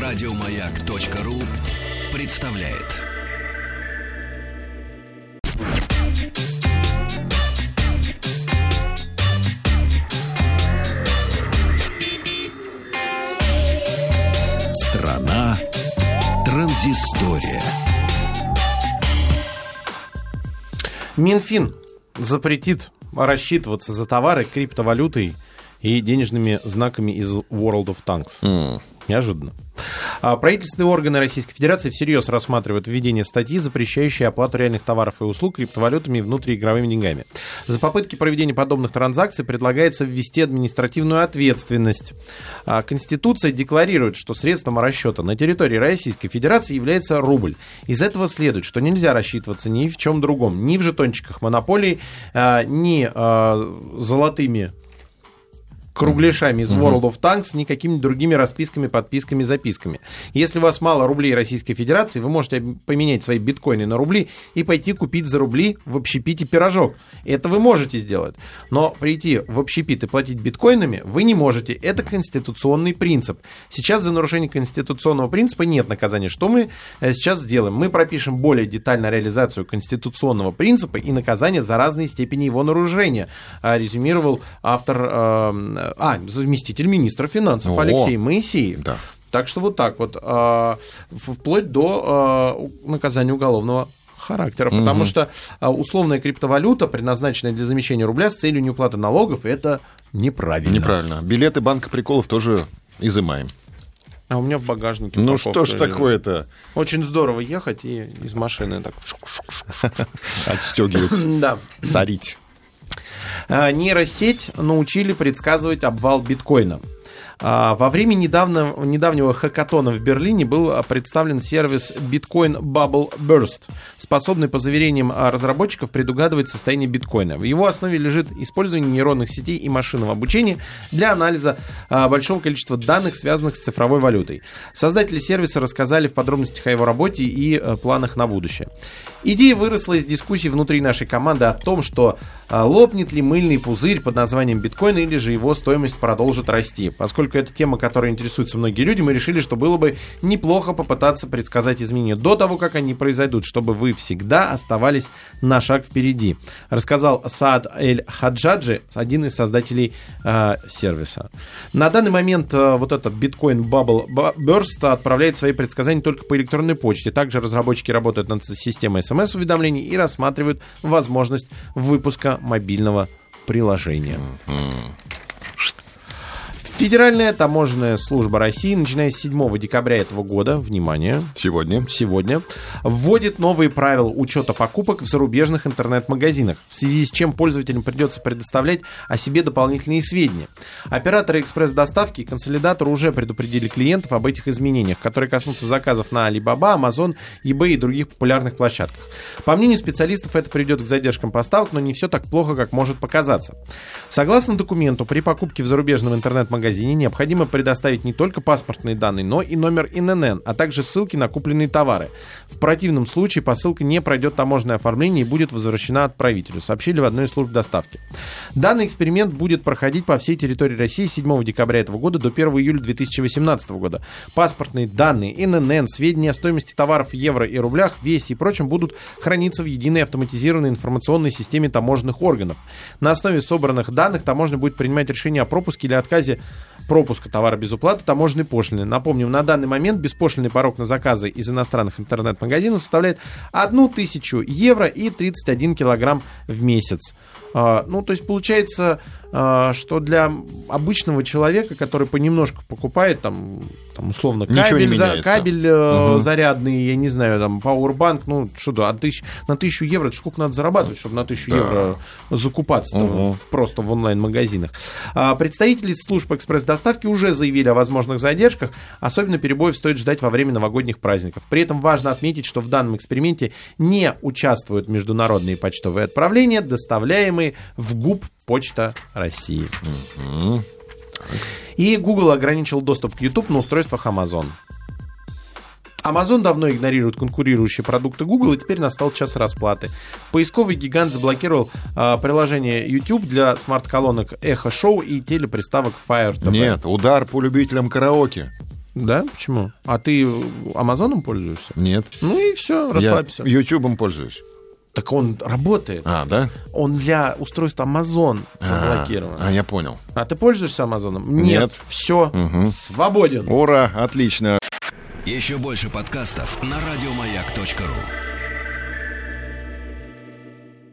Радиомаяк.ру представляет. Страна транзистория. Минфин запретит рассчитываться за товары криптовалютой и денежными знаками из World of Tanks. Неожиданно. Правительственные органы Российской Федерации всерьез рассматривают введение статьи, запрещающей оплату реальных товаров и услуг криптовалютами и внутриигровыми деньгами. За попытки проведения подобных транзакций предлагается ввести административную ответственность. Конституция декларирует, что средством расчета на территории Российской Федерации является рубль. Из этого следует, что нельзя рассчитываться ни в чем другом, ни в жетончиках монополии, ни золотыми кругляшами из World of Tanks, ни какими-то другими расписками, подписками, записками. Если у вас мало рублей Российской Федерации, вы можете поменять свои биткоины на рубли и пойти купить за рубли в общепите пирожок. Это вы можете сделать. Но прийти в общепит и платить биткоинами вы не можете. Это конституционный принцип. Сейчас за нарушение конституционного принципа нет наказания. Что мы сейчас сделаем? Мы пропишем более детально реализацию конституционного принципа и наказание за разные степени его нарушения, резюмировал автор заместитель министра финансов Алексей Моисеев. Да. Так что вот так вот, вплоть до наказания уголовного характера, потому что условная криптовалюта, предназначенная для замещения рубля с целью неуплаты налогов, это неправильно. Неправильно. Билеты банка приколов тоже изымаем. А у меня в багажнике. Ну что ж такое-то? Очень здорово ехать и из машины так отстегивать, да. сорить. Нейросеть научили предсказывать обвал биткоина. Во время недавнего хакатона в Берлине был представлен сервис Bitcoin Bubble Burst, способный, по заверениям разработчиков, предугадывать состояние биткоина. В его основе лежит использование нейронных сетей и машинного обучения для анализа большого количества данных, связанных с цифровой валютой. Создатели сервиса рассказали в подробностях о его работе и планах на будущее. Идея выросла из дискуссий внутри нашей команды о том, что лопнет ли мыльный пузырь под названием биткоин или же его стоимость продолжит расти. Поскольку это тема, которой интересуются многие люди, мы решили, что было бы неплохо попытаться предсказать изменения до того, как они произойдут, чтобы вы всегда оставались на шаг впереди, рассказал Саад Эль-Хаджаджи, один из создателей сервиса. На данный момент вот этот Bitcoin Bubble Burst отправляет свои предсказания только по электронной почте. Также разработчики работают над системой СМС-уведомлений и рассматривают возможность выпуска мобильного приложения. Федеральная таможенная служба России, начиная с 7 декабря этого года, внимание, сегодня, вводит новые правила учета покупок в зарубежных интернет-магазинах, в связи с чем пользователям придется предоставлять о себе дополнительные сведения. Операторы экспресс-доставки и консолидаторы уже предупредили клиентов об этих изменениях, которые коснутся заказов на Alibaba, Amazon, eBay и других популярных площадках. По мнению специалистов, это приведет к задержкам поставок, но не все так плохо, как может показаться. Согласно документу, при покупке в зарубежном интернет-магазине необходимо предоставить не только паспортные данные, но и номер ИНН, а также ссылки на купленные товары. В противном случае посылка не пройдет таможенное оформление и будет возвращена отправителю, сообщили в одной из служб доставки. Данный эксперимент будет проходить по всей территории России с 7 декабря этого года до 1 июля 2018 года. Паспортные данные, ИНН, сведения о стоимости товаров в евро и рублях, весе и прочем будут храниться в единой автоматизированной информационной системе таможенных органов. На основе собранных данных таможня будет принимать решение о пропуске или отказе пропуска товара без уплаты таможенной пошлины. Напомним, на данный момент беспошлинный порог на заказы из иностранных интернет-магазинов составляет 1000 евро и 31 килограмм в месяц. То есть получается, что для обычного человека, который понемножку покупает, там условно, кабель зарядный, я не знаю, там, пауэрбанк, на 1000 евро, это сколько надо зарабатывать, чтобы на 1000 евро закупаться просто в онлайн-магазинах. Представители служб экспресс-доставки уже заявили о возможных задержках, особенно перебоев стоит ждать во время новогодних праздников. При этом важно отметить, что в данном эксперименте не участвуют международные почтовые отправления, доставляемые в ГУП Почта России. И Google ограничил доступ к YouTube на устройствах Amazon. Amazon давно игнорирует конкурирующие продукты Google, и теперь настал час расплаты. Поисковый гигант заблокировал приложение YouTube для смарт-колонок Echo Show и телеприставок Fire TV. Нет, удар по любителям караоке. Да? Почему? А ты Амазоном пользуешься? Нет. Ну и все, расслабься. Я Ютубом пользуюсь. Так он работает. Да? Он для устройства Amazon заблокирован. Я понял. А ты пользуешься Амазоном? Нет. Все, свободен. Ура, отлично. Еще больше подкастов на радиомаяк.ру.